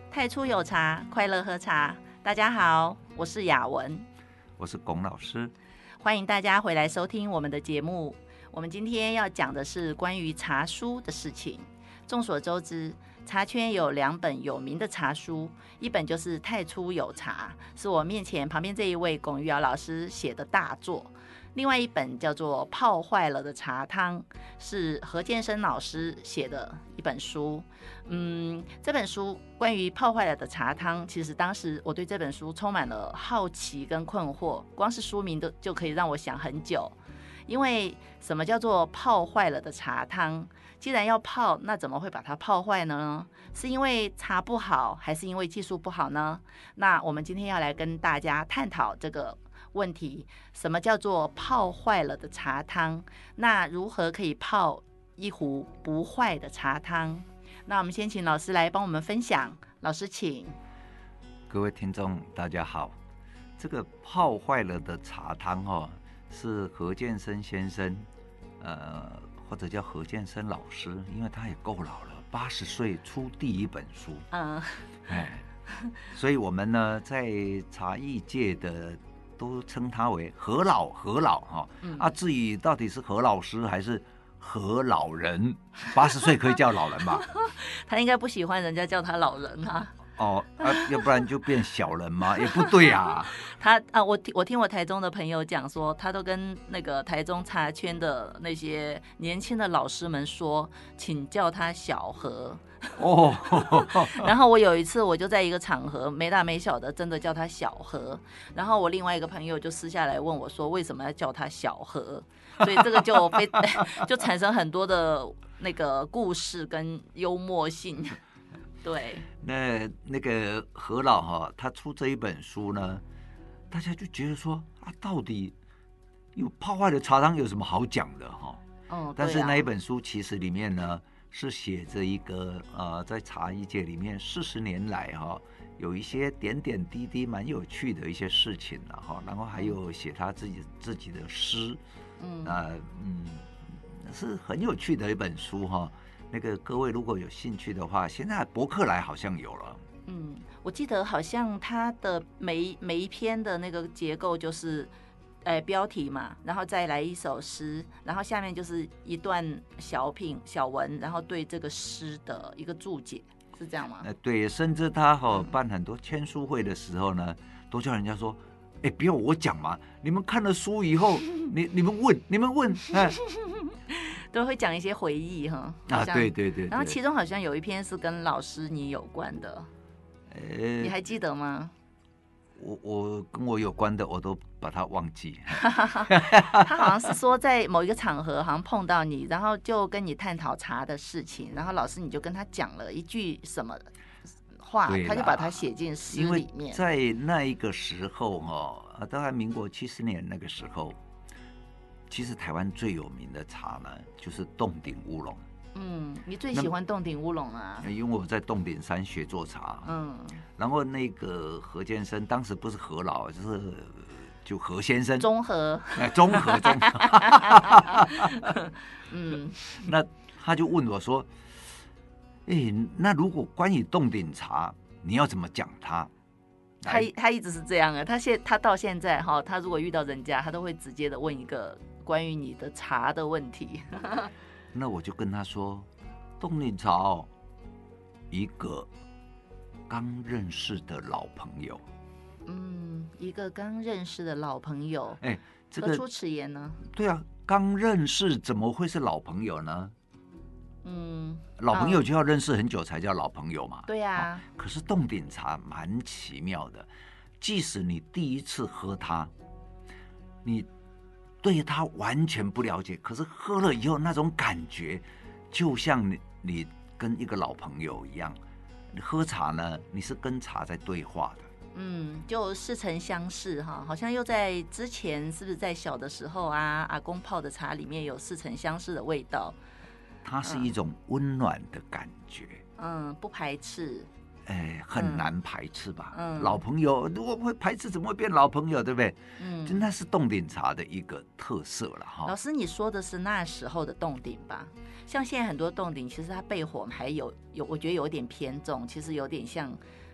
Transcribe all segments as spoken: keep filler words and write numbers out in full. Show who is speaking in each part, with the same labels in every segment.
Speaker 1: 太初有茶，快乐喝茶。大家好，我是雅文，
Speaker 2: 我是龚老师，
Speaker 1: 欢迎大家回来收听我们的节目。我们今天要讲的是关于茶书的事情。众所周知，茶圈有两本有名的茶书，一本就是《太初有茶》，是我面前旁边这一位龚玉瑶老师写的大作。另外一本叫做《泡坏了的茶汤》，是何建生老师写的一本书。嗯，这本书关于泡坏了的茶汤，其实当时我对这本书充满了好奇跟困惑，光是书名都就可以让我想很久。因为什么叫做泡坏了的茶汤？既然要泡，那怎么会把它泡坏呢？是因为茶不好，还是因为技术不好呢？那我们今天要来跟大家探讨这个问题，什么叫做泡坏了的茶汤？那如何可以泡一壶不坏的茶汤？那我们先请老师来帮我们分享。老师请。
Speaker 2: 各位听众大家好。这个泡坏了的茶汤哦，是何建生先生，呃，或者叫何建生老师，因为他也够老了，八十岁出第一本书。嗯，哎，所以我们呢，在茶艺界的都称他为何老何老哈、哦嗯。啊，至于到底是何老师还是何老人，八十岁可以叫老人吧？
Speaker 1: 他应该不喜欢人家叫他老人啊。
Speaker 2: 哦、啊，要不然就变小人吗？也不对啊。
Speaker 1: 他啊，我我听我台中的朋友讲说，他都跟那个台中茶圈的那些年轻的老师们说，请叫他小何。哦。然后我有一次，我就在一个场合没大没小的，真的叫他小何。然后我另外一个朋友就私下来问我说，为什么要叫他小何？所以这个就非就产生很多的那个故事跟幽默性。对，
Speaker 2: 那那个何老哈，他出这一本书呢，大家就觉得说啊，到底有泡坏的茶汤有什么好讲的哈？哦，但是那一本书其实里面呢，是写着一个呃，在茶艺界里面四十年来哈，有一些点点滴滴蛮有趣的一些事情了哈，然后还有写他自己自己的诗，嗯，呃嗯，是很有趣的一本书哈。那个各位如果有兴趣的话，现在博客来好像有了。
Speaker 1: 嗯，我记得好像它的每每一篇的那个结构就是，呃，标题嘛，然后再来一首诗，然后下面就是一段小品小文，然后对这个诗的一个注解，是这样吗？
Speaker 2: 呃，对，甚至他哈、哦、办很多签书会的时候呢，都叫人家说，哎，不要我讲嘛，你们看了书以后，你你们问，你们问，哎。
Speaker 1: 都会讲一些回忆哈
Speaker 2: 啊，对对 对, 对，
Speaker 1: 然后其中好像有一篇是跟老师你有关的，欸、你还记得吗？
Speaker 2: 我我跟我有关的我都把它忘记。
Speaker 1: 他好像是说在某一个场合好像碰到你，然后就跟你探讨茶的事情，然后老师你就跟他讲了一句什么话，他就把它写进诗里面。
Speaker 2: 因为在那一个时候哈，大概民国七十年那个时候。其实台湾最有名的茶呢，就是洞顶乌龙。嗯，
Speaker 1: 你最喜欢洞顶乌龙啊？
Speaker 2: 因为我在洞顶山学做茶。嗯，然后那个何建生当时不是何老，就是就何先生。
Speaker 1: 中和。
Speaker 2: 哎，中和中和。嗯，那他就问我说：“哎，那如果关于洞顶茶，你要怎么讲它？”
Speaker 1: 他他一直是这样的，他现他到现在哈，他如果遇到人家，他都会直接的问一个关于你的茶的问题。
Speaker 2: 那我就跟他说，洞顶茶，一个刚认识的老朋友。
Speaker 1: 嗯，一个刚认识的老朋友。
Speaker 2: 哎，这个
Speaker 1: 何出此言呢？
Speaker 2: 对啊，刚认识怎么会是老朋友呢？嗯，老朋友就要认识很久才叫老朋友嘛。
Speaker 1: 对呀、啊
Speaker 2: 哦。可是洞顶茶蛮奇妙的，即使你第一次喝它，你对它完全不了解，可是喝了以后那种感觉，就像你你跟一个老朋友一样。你喝茶呢，你是跟茶在对话的。
Speaker 1: 嗯，就似曾相识哈，好像又在之前是不是在小的时候啊，阿公泡的茶里面有似曾相识的味道。
Speaker 2: 它是一种温暖的感觉，
Speaker 1: 嗯，不排斥，
Speaker 2: 哎，很难排斥吧？嗯，老朋友如果会排斥，怎么会变老朋友？对不对？嗯，就那是洞顶茶的一个特色了哈。
Speaker 1: 老师，你说的是那时候的洞顶吧？像现在很多洞顶，其实它焙火还有有，我觉得有点偏重，其实有点像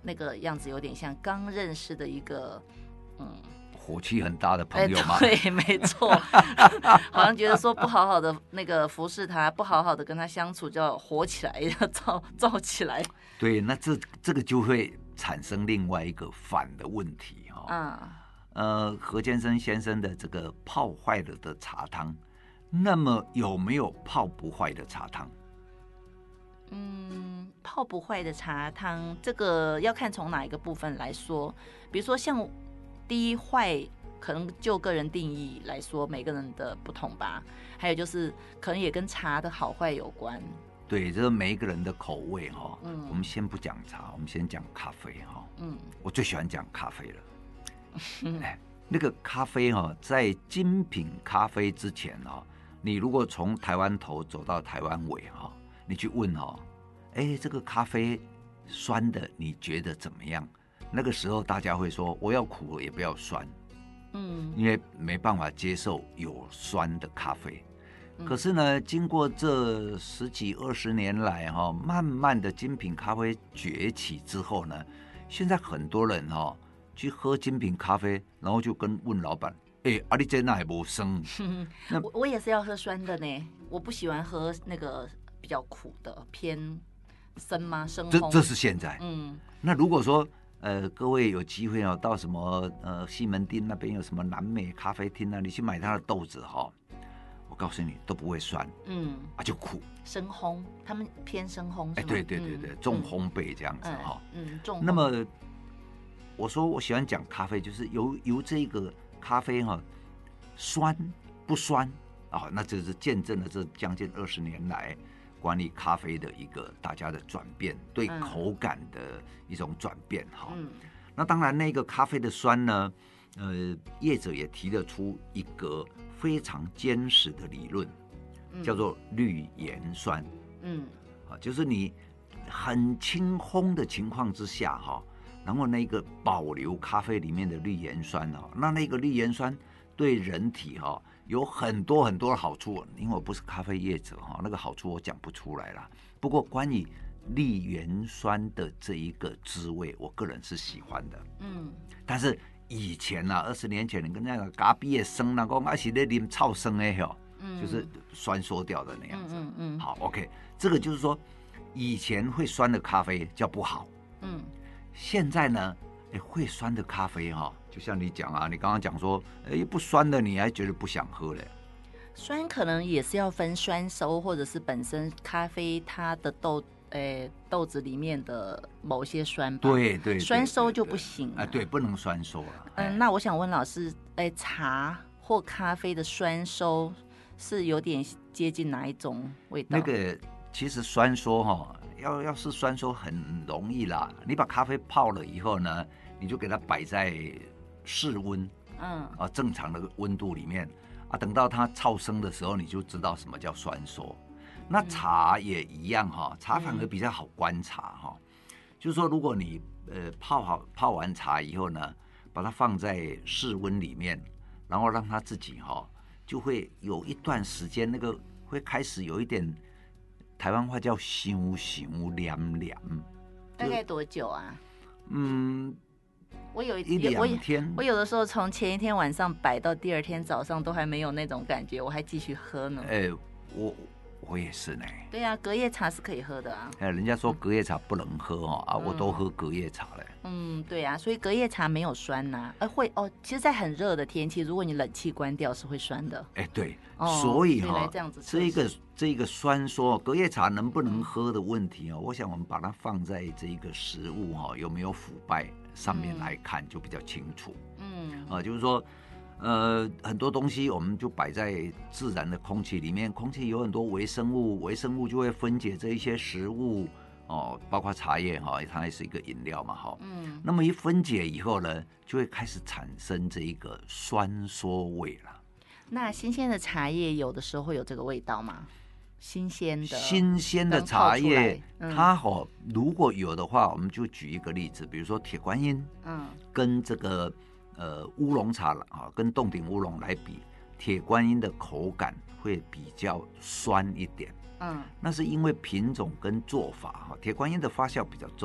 Speaker 1: 那个样子有点像刚认识的一个嗯。
Speaker 2: 火气很大的朋友吗？
Speaker 1: 欸、对，没错，好像觉得说不好好的那个服侍他，不好好的跟他相处，就要火起来，要燥燥起来。
Speaker 2: 对，那这这个就会产生另外一个反的问题哈、哦。嗯。呃，何建生先生的这个泡坏了的茶汤，那么有没有泡不坏的茶汤？
Speaker 1: 嗯，泡不坏的茶汤，这个要看从哪一个部分来说，比如说像。第一坏可能就个人定义来说，每个人的不同吧。还有就是可能也跟茶的好坏有关。
Speaker 2: 对，这是每一个人的口味哈、哦。嗯。我们先不讲茶，我们先讲咖啡哈、哦。嗯。我最喜欢讲咖啡了。嗯。哎，那个咖啡哈、哦，在精品咖啡之前哦，你如果从台湾头走到台湾尾哈、哦，你去问哦，哎，这个咖啡酸的，你觉得怎么样？那个时候大家会说我要苦也不要酸，嗯，因为没办法接受有酸的咖啡。嗯、可是呢，经过这十几二十年来哈、哦，慢慢的精品咖啡崛起之后呢，现在很多人哈、哦、去喝精品咖啡，然后就跟问老板，哎、欸，啊你这哪也不酸？
Speaker 1: 我我也是要喝酸的呢，我不喜欢喝那个比较苦的偏深吗？深
Speaker 2: 烘？这这是现在，嗯，那如果说。呃，各位有机会哦，到什么呃西门町那边有什么南美咖啡厅啊，你去买它的豆子哈、哦，我告诉你都不会酸，嗯，啊就苦，
Speaker 1: 深烘，他们偏深烘，哎、
Speaker 2: 欸，对对对对，嗯、重烘焙这样子哈、
Speaker 1: 嗯，嗯，重烘。
Speaker 2: 那么我说我喜欢讲咖啡，就是由由这个咖啡哈、哦，酸不酸啊，那这是见证了这将近二十年来。管理咖啡的一个大家的转变，对口感的一种转变哈、嗯。那当然，那个咖啡的酸呢，呃，业者也提得出一个非常坚实的理论，嗯、叫做绿盐酸。嗯，啊，就是你很轻烘的情况之下哈，然后那个保留咖啡里面的绿盐酸哈，那那个绿盐酸对人体哈。有很多很多的好处，因为我不是咖啡业者哈，那个好处我讲不出来啦。不过关于绿盐酸的这一个滋味，我个人是喜欢的。嗯，但是以前啊，二十年前，你跟那个咖啡的酸啦，讲还是在啉草酸的吼，嗯，就是酸缩掉的那样子。嗯 嗯, 嗯好 ，OK， 这个就是说，以前会酸的咖啡叫不好。嗯，现在呢？会酸的咖啡哈，就像你讲啊，你刚刚讲说，哎，不酸的你还觉得不想喝嘞？
Speaker 1: 酸可能也是要分酸收，或者是本身咖啡它的豆，诶豆子里面的某些酸吧。
Speaker 2: 对 对, 对，
Speaker 1: 酸收就不行
Speaker 2: 啊、呃，对，不能酸收了。
Speaker 1: 嗯，那我想问老师，哎，茶或咖啡的酸收是有点接近哪一种味道？
Speaker 2: 那个其实酸收哈，要要是酸收很容易啦，你把咖啡泡了以后呢？你就给它摆在室温，嗯啊正常的温度里面啊，等到它超生的时候，你就知道什么叫酸收。那茶也一样哈，茶反而比较好观察哈，嗯、就是说如果你呃泡好泡完茶以后呢，把它放在室温里面，然后让它自己哈，就会有一段时间那个会开始有一点台湾话叫香香凉凉。
Speaker 1: 大概多久啊？
Speaker 2: 嗯。
Speaker 1: 我有
Speaker 2: 一两天，
Speaker 1: 我有的时候从前一天晚上摆到第二天早上都还没有那种感觉，我还继续喝呢。
Speaker 2: 哎、欸，我我也是呢。
Speaker 1: 对啊，隔夜茶是可以喝的啊。
Speaker 2: 哎、欸，人家说隔夜茶不能喝哦、嗯、啊，我都喝隔夜茶嘞。
Speaker 1: 嗯，对啊，所以隔夜茶没有酸呐、啊，呃会哦，其实，在很热的天气，如果你冷气关掉是会酸的。
Speaker 2: 哎、欸，对，哦、所以哈、
Speaker 1: 哦，这样子
Speaker 2: 这一个这一个酸说隔夜茶能不能喝的问题哦，我想我们把它放在这一个食物哈有没有腐败上面来看就比较清楚。嗯，啊、呃，就是说。呃，很多东西我们就摆在自然的空气里面，空气有很多微生物，微生物就会分解这一些食物哦，包括茶叶哈、哦，它也是一个饮料嘛哈。嗯。那么一分解以后呢，就会开始产生这一个酸缩味了。
Speaker 1: 那新鲜的茶叶有的时候会有这个味道吗？新鲜的
Speaker 2: 新鲜的茶叶，嗯、它哦，如果有的话，我们就举一个例子，比如说铁观音，嗯，跟这个。呃，乌龙茶啊，跟冻顶乌龙来比，铁观音的口感会比较酸一点。嗯，那是因为品种跟做法哈，铁观音的发酵比较重，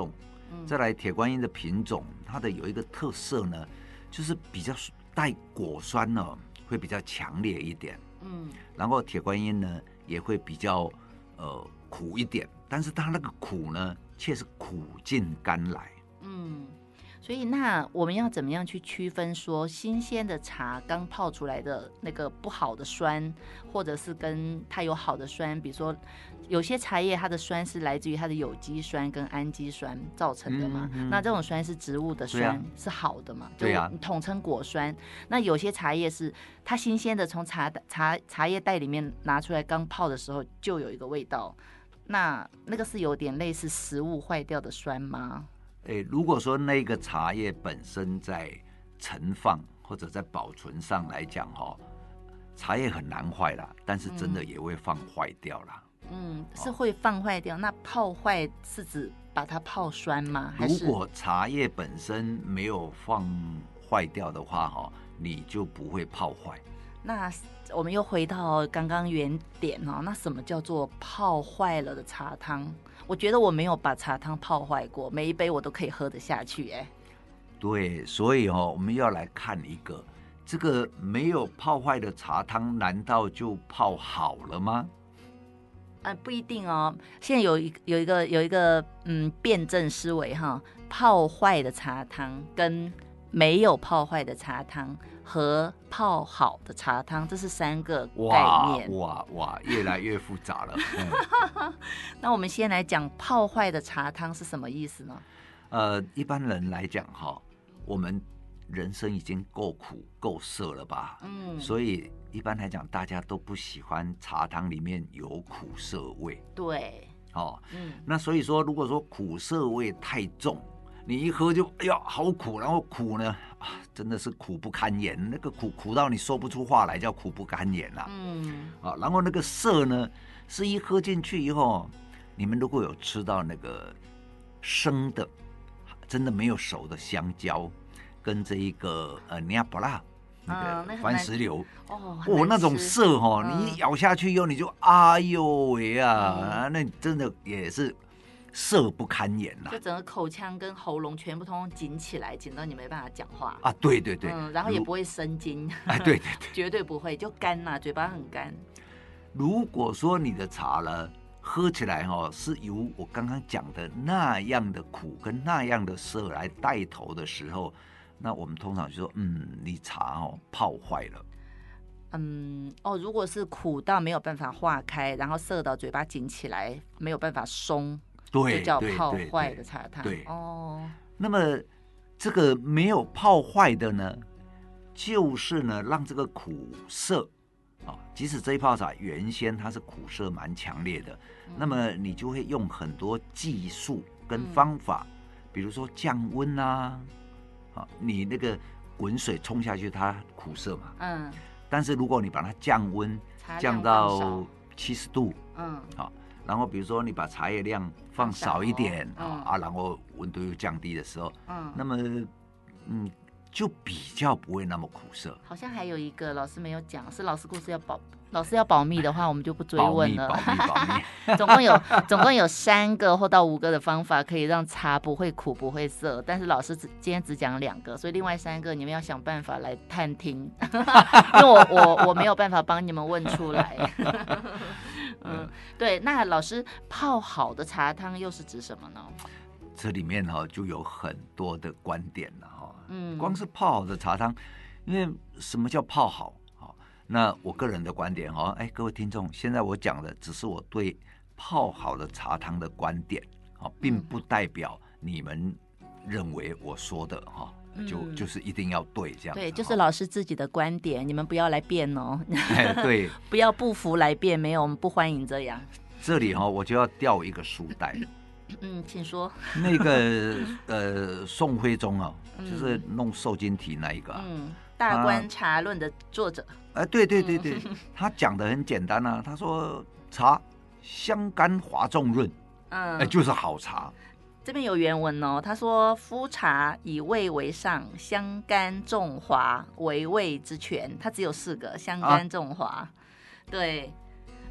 Speaker 2: 嗯、再来铁观音的品种，它的有一个特色呢，就是比较带果酸呢、哦，会比较强烈一点。嗯，然后铁观音呢也会比较呃苦一点，但是它那个苦呢却是苦尽甘来。
Speaker 1: 嗯，所以那我们要怎么样去区分说新鲜的茶刚泡出来的那个不好的酸，或者是跟它有好的酸，比如说有些茶叶它的酸是来自于它的有机酸跟氨基酸造成的嘛、嗯嗯、那这种酸是植物的酸、啊、是好的嘛，就统称果酸、啊、那有些茶叶是它新鲜的从 茶, 茶, 茶叶袋里面拿出来刚泡的时候就有一个味道，那那个是有点类似食物坏掉的酸吗？
Speaker 2: 欸、如果说那个茶叶本身在陈放或者在保存上来讲、哦、茶叶很难坏啦，但是真的也会放坏掉啦。
Speaker 1: 嗯，是会放坏掉。那泡坏是指把它泡酸吗？还是
Speaker 2: 如果茶叶本身没有放坏掉的话、哦、你就不会泡坏。
Speaker 1: 那我们又回到刚刚原点、哦、那什么叫做泡坏了的茶汤？我觉得我没有把茶汤泡坏过，每一杯我都可以喝得下去。哎，
Speaker 2: 对，所以、哦、我们要来看一个，这个没有泡坏的茶汤难道就泡好了吗？
Speaker 1: 呃，不一定哦。现在有一有一个有一个嗯辩证思维哈，泡坏的茶汤跟没有泡坏的茶汤和泡好的茶汤，这是三个概念。
Speaker 2: 哇哇哇，越来越复杂了。
Speaker 1: 嗯、那我们先来讲泡坏的茶汤是什么意思呢？
Speaker 2: 呃，一般人来讲哈，我们人生已经够苦够涩了吧？嗯，所以一般来讲，大家都不喜欢茶汤里面有苦涩味。
Speaker 1: 对，
Speaker 2: 哦，嗯，那所以说，如果说苦涩味太重，你一喝就哎呀好苦，然后苦呢、啊、真的是苦不堪言，那个苦苦到你说不出话来，叫苦不堪言啦、啊。嗯，啊，然后那个涩呢，是一喝进去以后，你们如果有吃到那个生的，真的没有熟的香蕉，跟这一个呃尼亚布拉那个番石榴，哦，哦那种涩哦、嗯，你一咬下去以后你就哎呦喂啊、嗯，那真的也是。涩不堪言啦、啊，
Speaker 1: 就整个口腔跟喉咙全部通通紧起来，紧到你没办法讲话
Speaker 2: 啊！对对对，
Speaker 1: 嗯，然后也不会生津，
Speaker 2: 哎，对对对，
Speaker 1: 绝对不会，就干呐、啊，嘴巴很干。
Speaker 2: 如果说你的茶呢，喝起来哦是由我刚刚讲的那样的苦跟那样的涩来带头的时候，那我们通常就说，嗯，你茶哦泡坏了。
Speaker 1: 嗯哦，如果是苦到没有办法化开，然后涩到嘴巴紧起来，没有办法松。
Speaker 2: 对，
Speaker 1: 就叫泡坏的茶汤。
Speaker 2: 对，哦。那么这个没有泡坏的呢，就是呢让这个苦涩啊，即使这一泡茶原先它是苦涩蛮强烈的、嗯，那么你就会用很多技术跟方法，嗯、比如说降温啊，啊，你那个滚水冲下去它苦涩嘛，嗯，但是如果你把它降温，降到七十度，嗯，好。然后比如说你把茶叶量放少一点、哦嗯、啊，然后温度又降低的时候，嗯，那么嗯就比较不会那么苦涩。
Speaker 1: 好像还有一个老师没有讲，是老师故事要保，老师要保密的话，我们就不追问了。
Speaker 2: 保密保密保密。
Speaker 1: 总共有总共有三个或到五个的方法可以让茶不会苦不会涩，但是老师只今天只讲两个，所以另外三个你们要想办法来探听，因为我我我没有办法帮你们问出来。嗯，对，那老师泡好的茶汤又是指什么呢？
Speaker 2: 这里面哈、哦、就有很多的观点了哈、哦。嗯，光是泡好的茶汤，因为什么叫泡好？好，那我个人的观点哈、哦，哎，各位听众，现在我讲的只是我对泡好的茶汤的观点，好，并不代表你们认为我说的哈。就就是一定要对这样子，
Speaker 1: 对，就是老师自己的观点，你们不要来辩哦。
Speaker 2: 哎，对，
Speaker 1: 不要不服来辩，没有，我们不欢迎这样。
Speaker 2: 这里哈、哦，我就要调一个书袋。
Speaker 1: 嗯，请说。
Speaker 2: 那个呃，宋徽宗啊、哦，就是弄瘦金体那一个、啊，
Speaker 1: 嗯，《大观茶论》的作者。
Speaker 2: 哎、呃，对对对对，嗯、他讲的很简单啊，他说茶香甘滑重润，嗯，哎、呃，就是好茶。
Speaker 1: 这边有原文哦，他说夫茶以味为上，香甘重滑为味之权，它只有四个，香甘重滑、啊、对，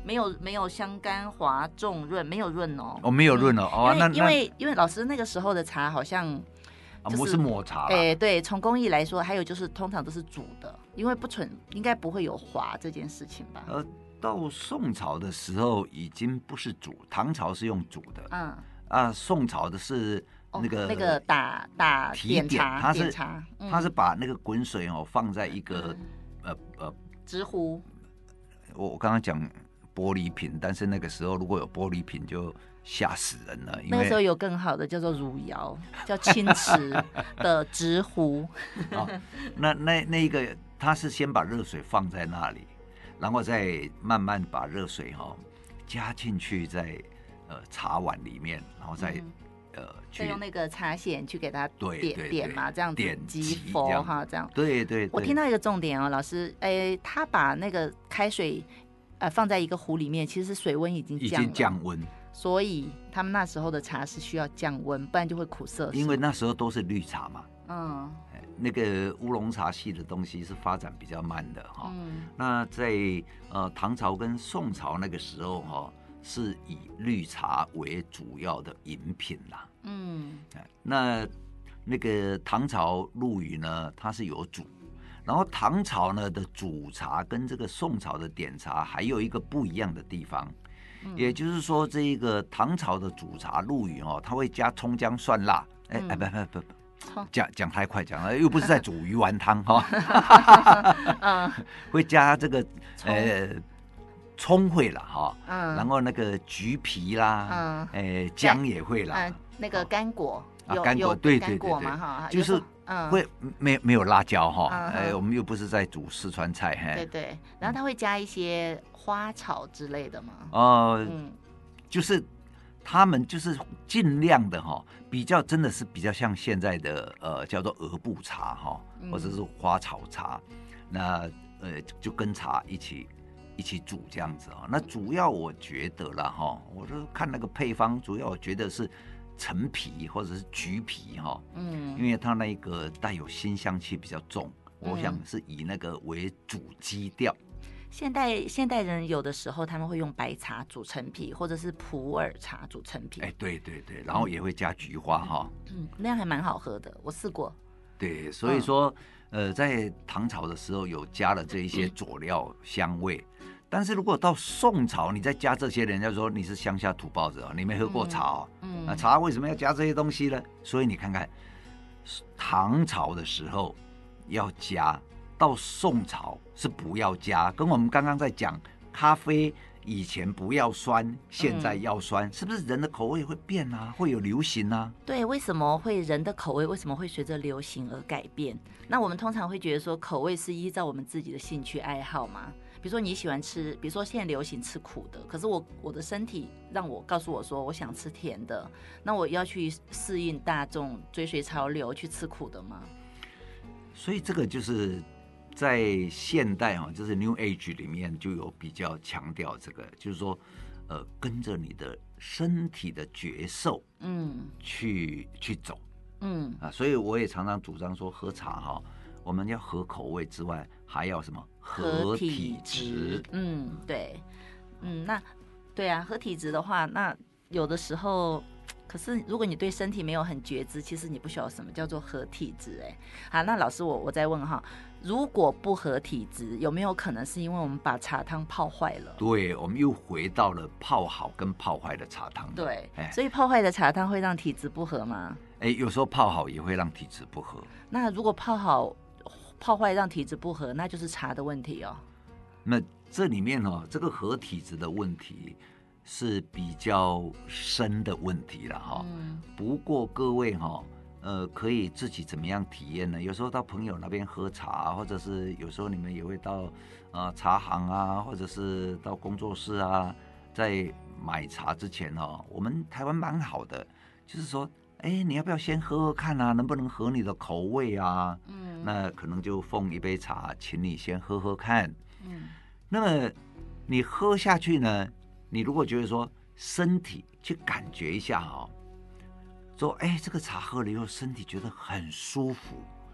Speaker 1: 没有没有香甘滑重润，没有润哦。
Speaker 2: 哦，没有润哦。哦，那
Speaker 1: 因为因为老师那个时候的茶好像。
Speaker 2: 就是、是抹茶，
Speaker 1: 哎、欸，对，从工艺来说，还有就是通常都是煮的，因为不纯，应该不会有滑这件事情吧？
Speaker 2: 呃，到宋朝的时候已经不是煮，唐朝是用煮的，嗯啊，宋朝的是那个、
Speaker 1: 哦、那个打打
Speaker 2: 提点，它是
Speaker 1: 茶，
Speaker 2: 嗯、它是把那个滚水哦放在一个、嗯、呃呃
Speaker 1: 直壶，
Speaker 2: 我我刚刚讲玻璃瓶，但是那个时候如果有玻璃瓶就。吓死人了！因为
Speaker 1: 那时候有更好的叫做汝窑，叫青瓷的直壶。
Speaker 2: 哦、那那那一个，它是先把热水放在那里，然后再慢慢把热水哈、哦、加进去在呃茶碗里面，然后再、嗯、呃
Speaker 1: 再用那个茶筅去给它点
Speaker 2: 对对
Speaker 1: 点嘛，这样子
Speaker 2: 点
Speaker 1: 击佛哈，这样。
Speaker 2: 对 对, 对。
Speaker 1: 我听到一个重点哦，老师，哎，他把那个开水呃放在一个壶里面，其实水温已经降了，
Speaker 2: 已经降温。
Speaker 1: 所以他们那时候的茶是需要降温，不然就会苦涩。
Speaker 2: 因为那时候都是绿茶嘛，嗯，那个乌龙茶系的东西是发展比较慢的哈。嗯，那在呃唐朝跟宋朝那个时候哈，是以绿茶为主要的饮品啦。嗯，那那个唐朝陆羽呢，它是有煮，然后唐朝呢的煮茶跟这个宋朝的点茶还有一个不一样的地方。也就是说，这一个唐朝的煮茶陆羽哦，他会加葱姜蒜辣，哎、嗯、哎，不不不，讲讲太快，讲了又不是在煮鱼丸汤哈，嗯、会加这个呃葱会啦哈，嗯、然后那个橘皮啦，嗯，哎姜也会啦，
Speaker 1: 嗯、那个干果，
Speaker 2: 啊干果对对对
Speaker 1: 对，
Speaker 2: 就是。会没没有辣椒哈，哎、嗯，我们又不是在煮四川菜，嘿，
Speaker 1: 对对，然后他会加一些花草之类的吗？
Speaker 2: 哦、呃，嗯，就是他们就是尽量的哈，比较真的是比较像现在的呃叫做鹅布茶哈，或者是花草茶，嗯、那呃就跟茶一起一起煮这样子啊。那主要我觉得啦哈，我就看那个配方，主要我觉得是。橙皮或者是橘皮哈，嗯，因为它那个带有辛香气比较重，嗯、我想是以那个为主基调。
Speaker 1: 现代现代人有的时候他们会用白茶煮陈皮，或者是普洱茶煮陈皮。
Speaker 2: 哎，对对对，然后也会加菊花哈，
Speaker 1: 嗯，那样还蛮好喝的，我试过。
Speaker 2: 对，所以说，嗯、呃，在唐朝的时候有加了这一些佐料香味。嗯，但是如果到宋朝，你再加这些，人家说你是乡下土包子哦，你没喝过茶哦。嗯，那茶为什么要加这些东西呢？所以你看看，唐朝的时候要加，到宋朝是不要加。跟我们刚刚在讲咖啡以前不要酸，现在要酸，嗯、是不是人的口味会变啊？会有流行啊？
Speaker 1: 对，为什么会人的口味为什么会随着流行而改变？那我们通常会觉得说，口味是依照我们自己的兴趣爱好嘛。比如说你喜欢吃，比如说现在流行吃苦的，可是我我的身体让我告诉我说我想吃甜的，那我要去适应大众追随潮流去吃苦的吗？
Speaker 2: 所以这个就是在现代哈，就是 New Age 里面就有比较强调这个，就是说呃跟着你的身体的觉受，嗯，去去走，嗯啊，所以我也常常主张说喝茶哈，我们要合口味之外，还要什么？合体质，
Speaker 1: 嗯，对，嗯，那对啊，合体质的话，那有的时候，可是如果你对身体没有很觉知，其实你不晓得什么叫做合体质，哎，好，那老师我我再问哈，如果不合体质，有没有可能是因为我们把茶汤泡坏了？
Speaker 2: 对，我们又回到了泡好跟泡坏的茶汤。
Speaker 1: 对，所以泡坏的茶汤会让体质不合吗？
Speaker 2: 哎，有时候泡好也会让体质不合。
Speaker 1: 那如果泡好泡坏让体质不合，那就是茶的问题哦。
Speaker 2: 那这里面哦，这个合体质的问题是比较深的问题了哈。嗯、不过各位哈，呃，可以自己怎么样体验呢？有时候到朋友那边喝茶，或者是有时候你们也会到呃茶行啊，或者是到工作室啊，在买茶之前哦，我们台湾蛮好的，就是说。哎，你要不要先喝喝看啊？能不能合你的口味啊？嗯，那可能就奉一杯茶，请你先喝喝看。嗯，那么你喝下去呢？你如果觉得说身体去感觉一下哦，说哎，这个茶喝了以后身体觉得很舒服，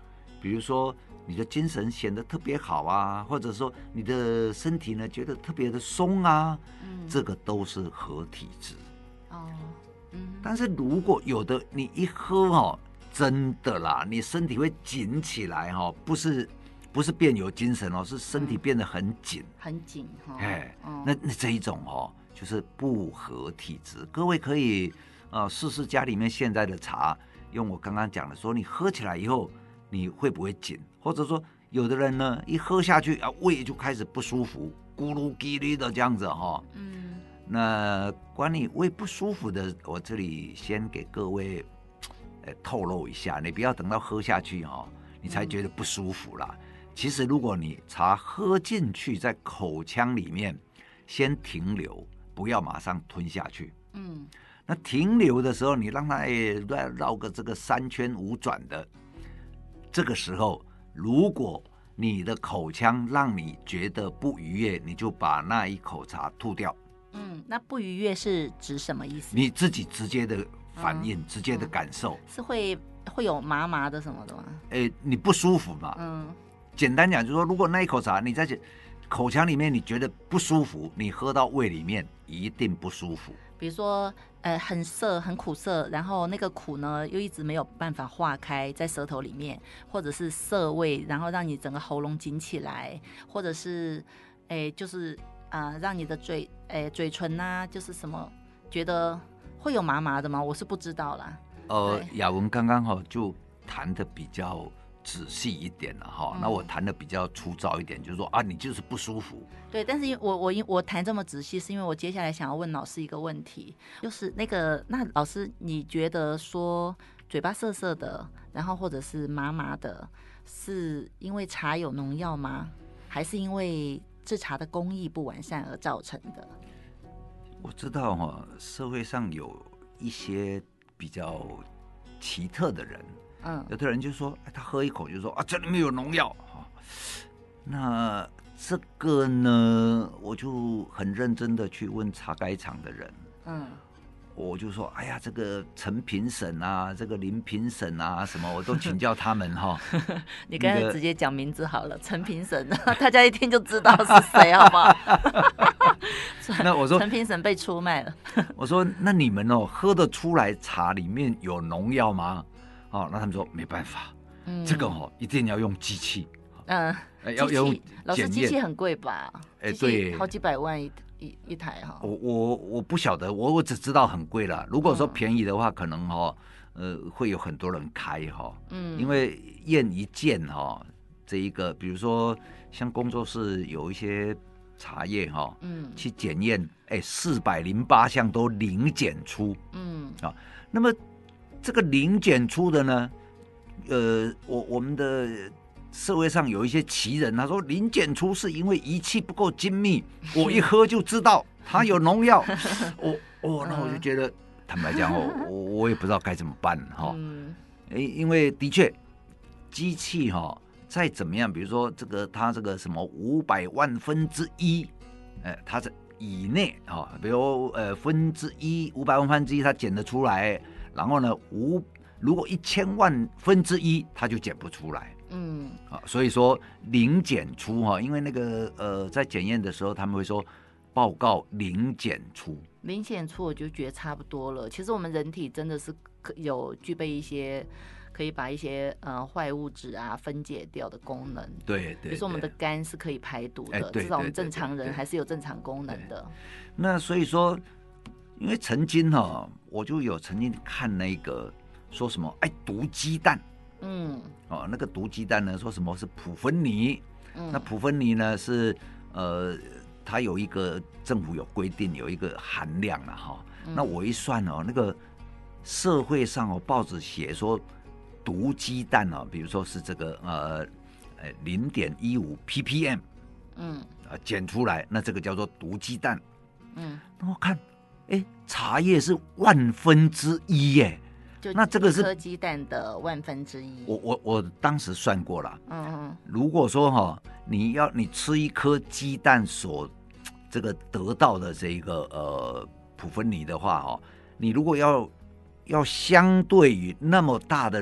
Speaker 2: 比如说你的精神显得特别好啊，或者说你的身体呢觉得特别的松啊，嗯，这个都是合体质。哦，嗯。但是如果有的你一喝哦，真的啦，你身体会紧起来哈、哦，不是不是变有精神哦，是身体变得很紧，嗯、
Speaker 1: 很紧哈。
Speaker 2: 哎、哦，那那这一种哦，就是不合体质。各位可以呃试试家里面现在的茶，用我刚刚讲的说，你喝起来以后你会不会紧？或者说有的人呢，一喝下去啊，胃就开始不舒服，咕噜叽哩的这样子哈、哦。嗯。那关于胃不舒服的，我这里先给各位。呃，透露一下，你不要等到喝下去哈、哦，你才觉得不舒服啦。嗯、其实，如果你茶喝进去，在口腔里面先停留，不要马上吞下去。嗯，那停留的时候，你让它绕绕个这个三圈五转的，这个时候，如果你的口腔让你觉得不愉悦，你就把那一口茶吐掉。
Speaker 1: 嗯，那不愉悦是指什么意思？
Speaker 2: 你自己直接的。反应、嗯、直接的感受、
Speaker 1: 嗯、是会会有麻麻的什么的吗？
Speaker 2: 欸、你不舒服嘛？嗯，简单讲就是说，如果那一口茶你在口腔里面你觉得不舒服，你喝到胃里面一定不舒服。
Speaker 1: 比如说，呃，很涩、很苦涩，然后那个苦呢又一直没有办法化开在舌头里面，或者是涩味，然后让你整个喉咙紧起来，或者是，哎、欸，就是啊、呃，让你的嘴，哎、欸，嘴唇啊，就是什么觉得。会有麻麻的吗？我是不知道啦。
Speaker 2: 呃，雅文刚刚哈就谈的比较仔细一点了哈、嗯，那我谈的比较粗糙一点，就是说啊，你就是不舒服。
Speaker 1: 对，但是我我我谈这么仔细，是因为我接下来想要问老师一个问题，就是那个那老师，你觉得说嘴巴涩涩的，然后或者是麻麻的，是因为茶有农药吗？还是因为制茶的工艺不完善而造成的？
Speaker 2: 我知道哈、哦，社会上有一些比较奇特的人，嗯，有的人就说，哎，他喝一口就说啊，这里面有农药哈。那这个呢，我就很认真的去问茶改厂的人，嗯，我就说，哎呀，这个陈评审啊，这个林评审啊，什么我都请教他们哈。
Speaker 1: 你刚才直接讲名字好了，陈评审，大家一听就知道是谁，好不好？
Speaker 2: 那我说
Speaker 1: 陈评审被出卖了。
Speaker 2: 我说那你们哦喝得出来茶里面有农药吗？哦，那他们说没办法，嗯、这个哦一定要用机器。嗯，
Speaker 1: 要用老师机器很贵吧？
Speaker 2: 哎、欸，对，
Speaker 1: 好几百万一一一台哈。
Speaker 2: 我我我不晓得，我我只知道很贵了。如果说便宜的话，嗯、可能哈呃会有很多人开哈。嗯，因为验一件哈，这一个比如说像工作室有一些。茶叶哈、哦，嗯，去检验，哎，四百零八项都零检出，嗯啊，那么这个零检出的呢，呃，我我们的社会上有一些奇人，他说零检出是因为仪器不够精密，我一喝就知道它有农药，我哦，那我就觉得，坦白讲哦，我我也不知道该怎么办哈、哦，嗯，因为的确机器哈、哦。再怎么样，比如说这个它这个什么五百万分之一，呃，它在以内啊、哦，比如呃分之一五百万分之一它检得出来，然后呢五如果一千万分之一它就检不出来，嗯啊，所以说零检出哈，因为那个呃在检验的时候他们会说报告零检出，
Speaker 1: 零检出我就觉得差不多了。其实我们人体真的是有具备一些。可以把一些呃坏物质啊分解掉的功能，
Speaker 2: 对，
Speaker 1: 比如说我们的肝是可以排毒的，至少我们正常人还是有正常功能的。
Speaker 2: 那所以说，因为曾经哈、哦，我就有曾经看那个说什么哎毒鸡蛋，嗯，哦那个毒鸡蛋呢说什么是普芬尼，嗯、那普芬尼呢是呃它有一个政府有规定有一个含量了哈、哦嗯，那我一算哦那个社会上哦报纸写说。毒鸡蛋哦，比如说是这个呃呃零点一五 ppm， 嗯，啊检出来，那这个叫做毒鸡蛋，嗯，那我看，哎，茶叶是万分之一耶，
Speaker 1: 就那这个是颗鸡蛋的万分之一。
Speaker 2: 我我我当时算过了，嗯嗯，如果说哈、哦，你要你吃一颗鸡蛋所这个得到的这个呃普芬尼的话哈、哦，你如果要要相对于那么大的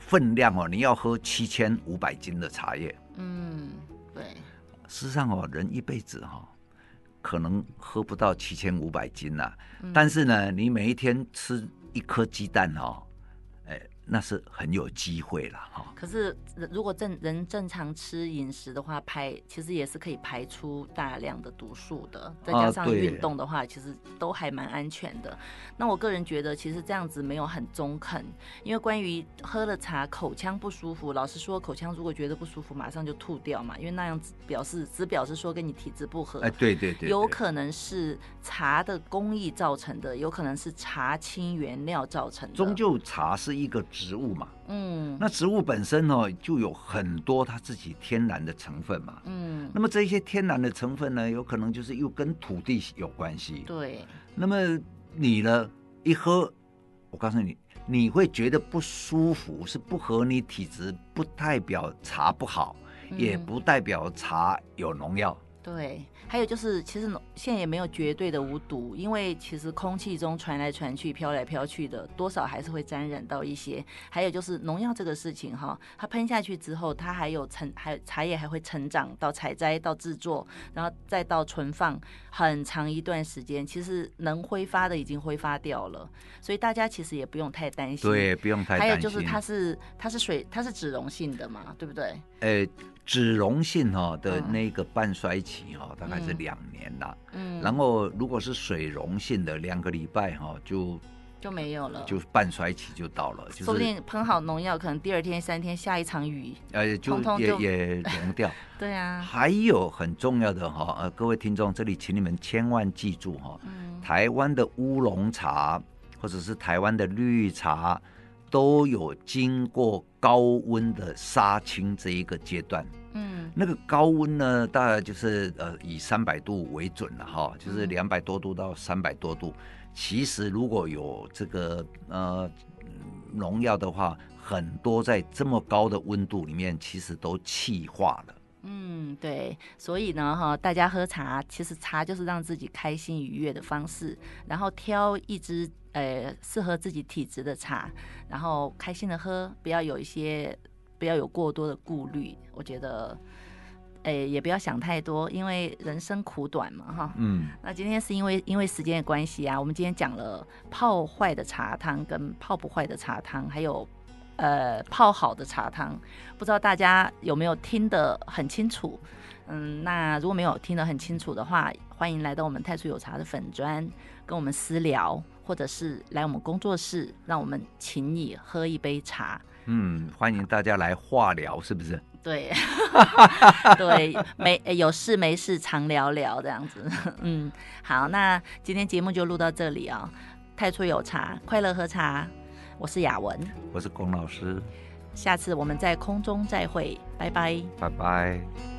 Speaker 2: 分量哦，你要喝七千五百斤的茶叶。
Speaker 1: 嗯，对。
Speaker 2: 事实上哦，人一辈子哈、哦，可能喝不到七千五百斤呐、啊
Speaker 1: 嗯。
Speaker 2: 但是呢，你每一天吃一颗鸡蛋哦，哎，那是很有机会了哈、哦。
Speaker 1: 可是如果正人正常吃饮食的话，排其实也是可以排出大量的毒素的，再加上运动的话，啊、其实都还蛮安全的。那我个人觉得，其实这样子没有很中肯，因为关于喝了茶口腔不舒服，老实说，口腔如果觉得不舒服，马上就吐掉嘛，因为那样子表示只表示说跟你体质不合。
Speaker 2: 哎，对对 对, 对，
Speaker 1: 有可能是茶的工艺造成的，有可能是茶青原料造成的。
Speaker 2: 终究茶是一个植物嘛，
Speaker 1: 嗯，
Speaker 2: 那植物本身哦就有很多它自己天然的成分嘛，
Speaker 1: 嗯，
Speaker 2: 那么这些天然的成分呢，有可能就是又跟土地有关系。
Speaker 1: 对，
Speaker 2: 那么你呢一喝，我告诉你，你会觉得不舒服，是不合你体质，不代表茶不好，嗯、也不代表茶有农药。
Speaker 1: 对，还有就是，其实现在也没有绝对的无毒，因为其实空气中传来传去、飘来飘去的，多少还是会沾染到一些。还有就是农药这个事情哈，它喷下去之后，它还有成，还茶叶还会成长到采摘到制作，然后再到存放很长一段时间，其实能挥发的已经挥发掉了，所以大家其实也不用太担心。
Speaker 2: 对，不用太担心。
Speaker 1: 还有就是它是它是水，它是脂溶性的嘛，对不对？
Speaker 2: 呃。脂溶性哦的那个半衰期哦，嗯、大概是两年啦。嗯，然后如果是水溶性的，两个礼拜哈、哦、就
Speaker 1: 就没有了，
Speaker 2: 就半衰期就到了。就是、
Speaker 1: 说不定喷好农药，可能第二天、三天下一场雨，
Speaker 2: 呃，就
Speaker 1: 通通就
Speaker 2: 也也溶掉。
Speaker 1: 对啊。
Speaker 2: 还有很重要的哈、哦，呃，各位听众，这里请你们千万记住哈、哦嗯，台湾的乌龙茶或者是台湾的绿茶，都有经过高温的杀青这一个阶段。嗯，那个高温呢，大概就是呃以三百度为准了哈，就是两百多度到三百多度。嗯、其实如果有这个呃农药的话，很多在这么高的温度里面，其实都气化了。
Speaker 1: 嗯，对，所以呢，哈，大家喝茶，其实茶就是让自己开心愉悦的方式，然后挑一支呃适合自己体质的茶，然后开心的喝，不要有一些。不要有过多的顾虑，我觉得，诶，也不要想太多，因为人生苦短嘛，哈。嗯。那今天是因为因为时间的关系啊，我们今天讲了泡坏的茶汤跟泡不坏的茶汤，还有呃泡好的茶汤，不知道大家有没有听得很清楚？嗯，那如果没有听得很清楚的话，欢迎来到我们太初有茶的粉专，跟我们私聊，或者是来我们工作室，让我们请你喝一杯茶。
Speaker 2: 嗯，欢迎大家来化疗，是不是？
Speaker 1: 对，对，没有事没事常聊聊这样子。嗯，好，那今天节目就录到这里啊、哦。太初有茶，快乐喝茶，我是雅文，
Speaker 2: 我是龚老师，
Speaker 1: 下次我们在空中再会，拜拜，
Speaker 2: 拜拜。